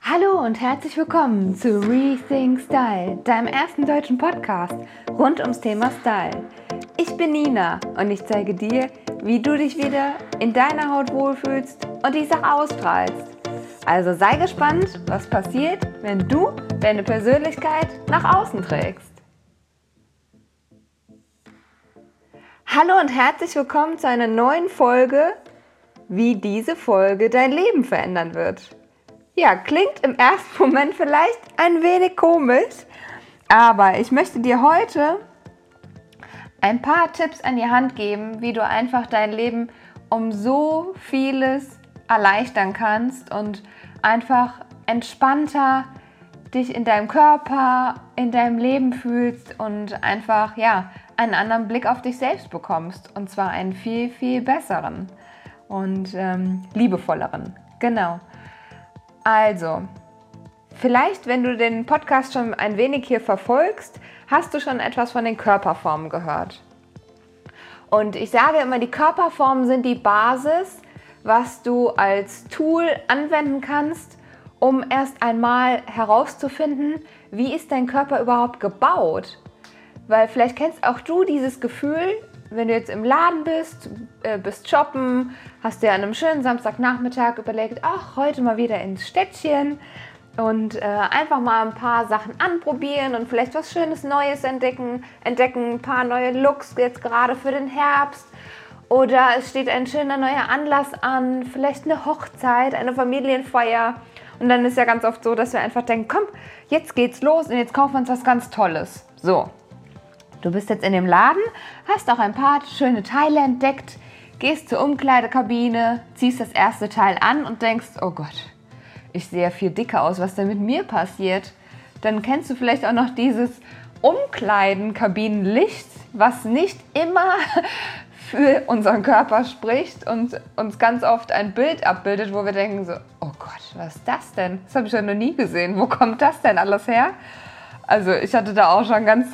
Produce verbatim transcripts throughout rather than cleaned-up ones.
Hallo und herzlich willkommen zu Rethink Style, deinem ersten deutschen Podcast rund ums Thema Style. Ich bin Nina und ich zeige dir, wie du dich wieder in deiner Haut wohlfühlst und diese auch ausstrahlst. Also sei gespannt, was passiert, wenn du deine Persönlichkeit nach außen trägst. Hallo und herzlich willkommen zu einer neuen Folge, wie diese Folge dein Leben verändern wird. Ja, klingt im ersten Moment vielleicht ein wenig komisch, aber ich möchte dir heute ein paar Tipps an die Hand geben, wie du einfach dein Leben um so vieles erleichtern kannst und einfach entspannter dich in deinem Körper, in deinem Leben fühlst und einfach ja, einen anderen Blick auf dich selbst bekommst, und zwar einen viel, viel besseren und ähm, liebevolleren. Genau. Also, vielleicht, wenn du den Podcast schon ein wenig hier verfolgst, hast du schon etwas von den Körperformen gehört. Und ich sage immer, die Körperformen sind die Basis, was du als Tool anwenden kannst, um erst einmal herauszufinden, wie ist dein Körper überhaupt gebaut. Weil vielleicht kennst auch du dieses Gefühl, wenn du jetzt im Laden bist, äh, bist shoppen, hast dir an einem schönen Samstagnachmittag überlegt, ach, heute mal wieder ins Städtchen und äh, einfach mal ein paar Sachen anprobieren und vielleicht was Schönes Neues entdecken, entdecken, ein paar neue Looks jetzt gerade für den Herbst. Oder es steht ein schöner neuer Anlass an, vielleicht eine Hochzeit, eine Familienfeier. Und dann ist ja ganz oft so, dass wir einfach denken, komm, jetzt geht's los und jetzt kaufen wir uns was ganz Tolles. So. Du bist jetzt in dem Laden, hast auch ein paar schöne Teile entdeckt, gehst zur Umkleidekabine, ziehst das erste Teil an und denkst, oh Gott, ich sehe ja viel dicker aus, was denn mit mir passiert? Dann kennst du vielleicht auch noch dieses Umkleidenkabinenlicht, was nicht immer für unseren Körper spricht und uns ganz oft ein Bild abbildet, wo wir denken so, oh Gott, was ist das denn? Das habe ich ja noch nie gesehen. Wo kommt das denn alles her? Also ich hatte da auch schon ganz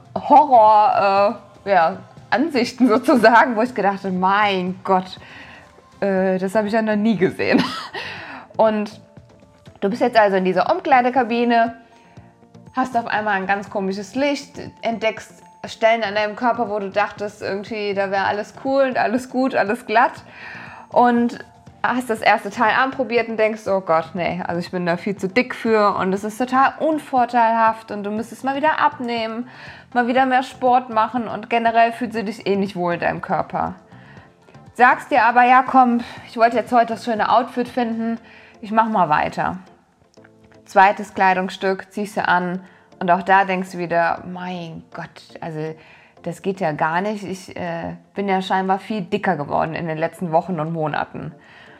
Horror, äh, ja, Ansichten sozusagen, wo ich gedacht habe, mein Gott, äh, das habe ich ja noch nie gesehen. Und du bist jetzt also in dieser Umkleidekabine, hast auf einmal ein ganz komisches Licht, entdeckst Stellen an deinem Körper, wo du dachtest, irgendwie, da wäre alles cool und alles gut, alles glatt, und hast das erste Teil anprobiert und denkst, oh Gott, nee, also ich bin da viel zu dick für und es ist total unvorteilhaft und du müsstest mal wieder abnehmen, mal wieder mehr Sport machen und generell fühlst du dich eh nicht wohl in deinem Körper. Sagst dir aber, ja komm, ich wollte jetzt heute das schöne Outfit finden, ich mach mal weiter. Zweites Kleidungsstück ziehst du an und auch da denkst du wieder, mein Gott, also das geht ja gar nicht, ich äh, bin ja scheinbar viel dicker geworden in den letzten Wochen und Monaten.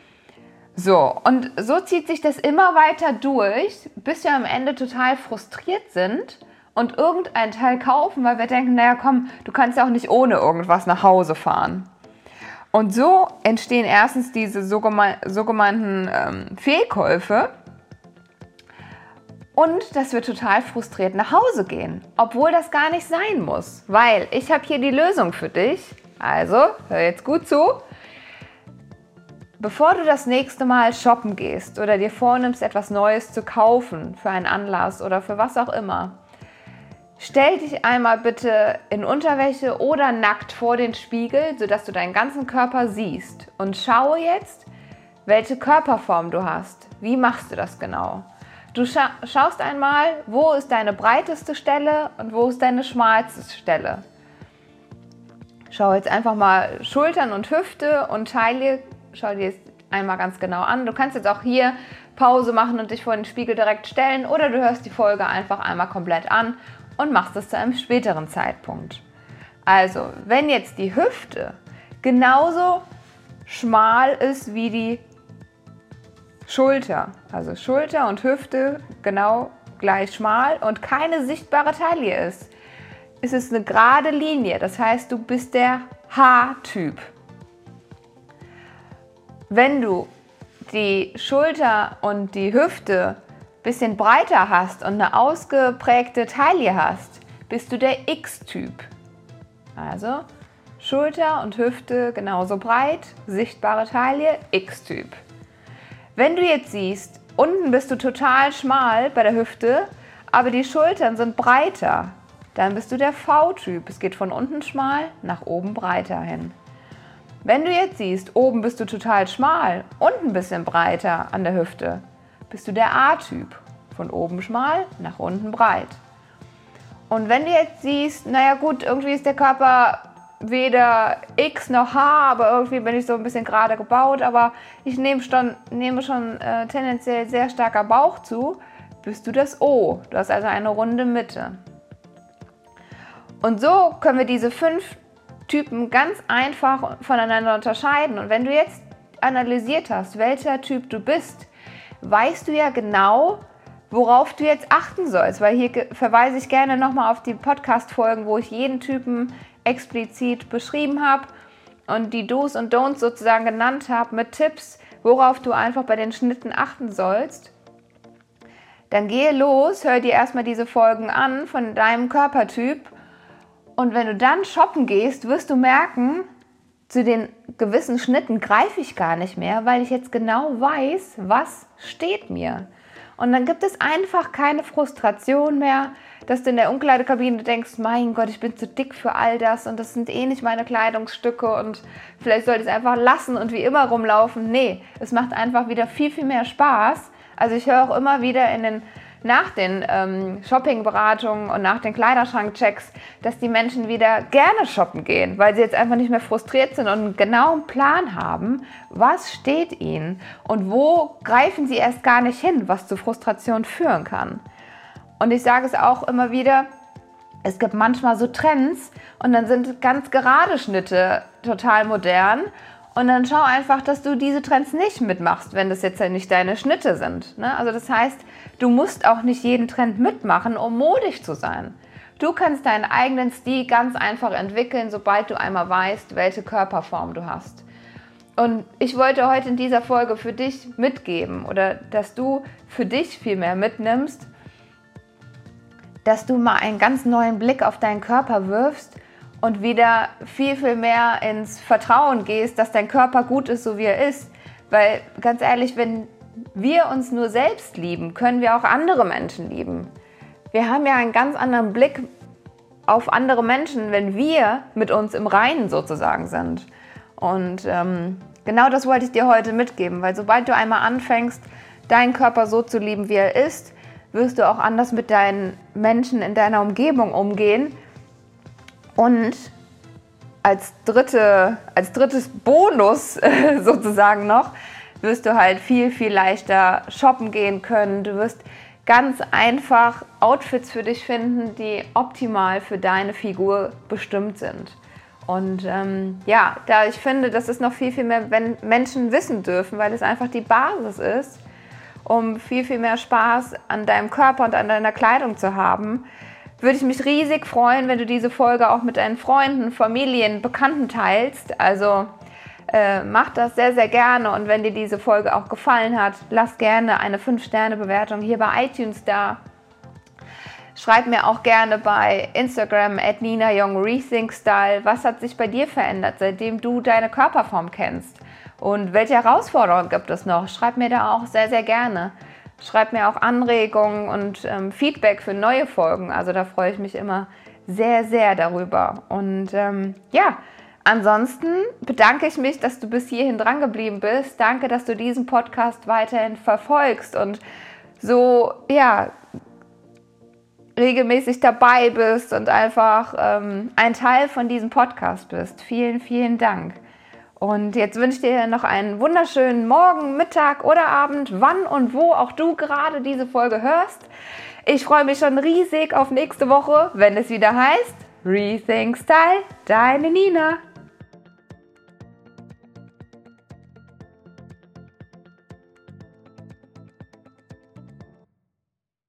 So, und so zieht sich das immer weiter durch, bis wir am Ende total frustriert sind und irgendein Teil kaufen, weil wir denken, naja komm, du kannst ja auch nicht ohne irgendwas nach Hause fahren. Und so entstehen erstens diese sogenannten ähm, Fehlkäufe und dass wir total frustriert nach Hause gehen, obwohl das gar nicht sein muss, weil ich habe hier die Lösung für dich, also hör jetzt gut zu. Bevor du das nächste Mal shoppen gehst oder dir vornimmst, etwas Neues zu kaufen für einen Anlass oder für was auch immer, stell dich einmal bitte in Unterwäsche oder nackt vor den Spiegel, sodass du deinen ganzen Körper siehst, und schaue jetzt, welche Körperform du hast. Wie machst du das genau? Du scha- schaust einmal, wo ist deine breiteste Stelle und wo ist deine schmalste Stelle. Schau jetzt einfach mal Schultern und Hüfte und Taille. Schau dir es einmal ganz genau an. Du kannst jetzt auch hier Pause machen und dich vor den Spiegel direkt stellen, oder du hörst die Folge einfach einmal komplett an und machst es zu einem späteren Zeitpunkt. Also, wenn jetzt die Hüfte genauso schmal ist wie die Schulter, also Schulter und Hüfte genau gleich schmal und keine sichtbare Taille ist, ist es eine gerade Linie. Das heißt, du bist der H-Typ. Wenn du die Schulter und die Hüfte ein bisschen breiter hast und eine ausgeprägte Taille hast, bist du der X-Typ. Also Schulter und Hüfte genauso breit, sichtbare Taille, X-Typ. Wenn du jetzt siehst, unten bist du total schmal bei der Hüfte, aber die Schultern sind breiter. Dann bist du der V-Typ. Es geht von unten schmal nach oben breiter hin. Wenn du jetzt siehst, oben bist du total schmal, unten ein bisschen breiter an der Hüfte, bist du der A-Typ. Von oben schmal nach unten breit. Und wenn du jetzt siehst, naja gut, irgendwie ist der Körper weder X noch H, aber irgendwie bin ich so ein bisschen gerade gebaut, aber ich nehme schon, nehme schon äh, tendenziell sehr starker Bauch zu, bist du das O. Du hast also eine runde Mitte. Und so können wir diese fünf Typen ganz einfach voneinander unterscheiden. Und wenn du jetzt analysiert hast, welcher Typ du bist, weißt du ja genau, worauf du jetzt achten sollst. Weil hier verweise ich gerne nochmal auf die Podcast-Folgen, wo ich jeden Typen explizit beschrieben habe und die Do's und Don'ts sozusagen genannt habe mit Tipps, worauf du einfach bei den Schnitten achten sollst. Dann gehe los, hör dir erstmal diese Folgen an von deinem Körpertyp und wenn du dann shoppen gehst, wirst du merken, zu den gewissen Schnitten greife ich gar nicht mehr, weil ich jetzt genau weiß, was steht mir. Und dann gibt es einfach keine Frustration mehr, dass du in der Umkleidekabine denkst, mein Gott, ich bin zu dick für all das und das sind eh nicht meine Kleidungsstücke und vielleicht sollte ich es einfach lassen und wie immer rumlaufen. Nee, es macht einfach wieder viel, viel mehr Spaß. Also ich höre auch immer wieder in den, nach den ähm, Shoppingberatungen und nach den Kleiderschrankchecks, dass die Menschen wieder gerne shoppen gehen, weil sie jetzt einfach nicht mehr frustriert sind und einen genauen Plan haben, was steht ihnen und wo greifen sie erst gar nicht hin, was zu Frustration führen kann. Und ich sage es auch immer wieder, es gibt manchmal so Trends und dann sind ganz gerade Schnitte total modern und dann schau einfach, dass du diese Trends nicht mitmachst, wenn das jetzt ja nicht deine Schnitte sind. Ne? Also das heißt, du musst auch nicht jeden Trend mitmachen, um modisch zu sein. Du kannst deinen eigenen Stil ganz einfach entwickeln, sobald du einmal weißt, welche Körperform du hast. Und ich wollte heute in dieser Folge für dich mitgeben oder dass du für dich viel mehr mitnimmst, dass du mal einen ganz neuen Blick auf deinen Körper wirfst und wieder viel, viel mehr ins Vertrauen gehst, dass dein Körper gut ist, so wie er ist. Weil ganz ehrlich, wenn wir uns nur selbst lieben, können wir auch andere Menschen lieben. Wir haben ja einen ganz anderen Blick auf andere Menschen, wenn wir mit uns im Reinen sozusagen sind. Und ähm, genau das wollte ich dir heute mitgeben, weil sobald du einmal anfängst, deinen Körper so zu lieben, wie er ist, wirst du auch anders mit deinen Menschen in deiner Umgebung umgehen. Und als, dritte, als drittes Bonus sozusagen noch, wirst du halt viel, viel leichter shoppen gehen können. Du wirst ganz einfach Outfits für dich finden, die optimal für deine Figur bestimmt sind. Und ähm, ja, da ich finde, dass es noch viel, viel mehr Menschen wissen dürfen, weil es einfach die Basis ist, um viel, viel mehr Spaß an deinem Körper und an deiner Kleidung zu haben, würde ich mich riesig freuen, wenn du diese Folge auch mit deinen Freunden, Familien, Bekannten teilst. Also äh, mach das sehr, sehr gerne. Und wenn dir diese Folge auch gefallen hat, lass gerne eine fünf Sterne Bewertung hier bei iTunes da. Schreib mir auch gerne bei Instagram at Nina Young Rethink Style, was hat sich bei dir verändert, seitdem du deine Körperform kennst? Und welche Herausforderungen gibt es noch? Schreib mir da auch sehr, sehr gerne. Schreib mir auch Anregungen und ähm, Feedback für neue Folgen. Also da freue ich mich immer sehr, sehr darüber. Und ähm, ja, ansonsten bedanke ich mich, dass du bis hierhin dran geblieben bist. Danke, dass du diesen Podcast weiterhin verfolgst und so, ja, regelmäßig dabei bist und einfach ähm, ein Teil von diesem Podcast bist. Vielen, vielen Dank. Und jetzt wünsche ich dir noch einen wunderschönen Morgen, Mittag oder Abend, wann und wo auch du gerade diese Folge hörst. Ich freue mich schon riesig auf nächste Woche, wenn es wieder heißt Rethink Style, deine Nina.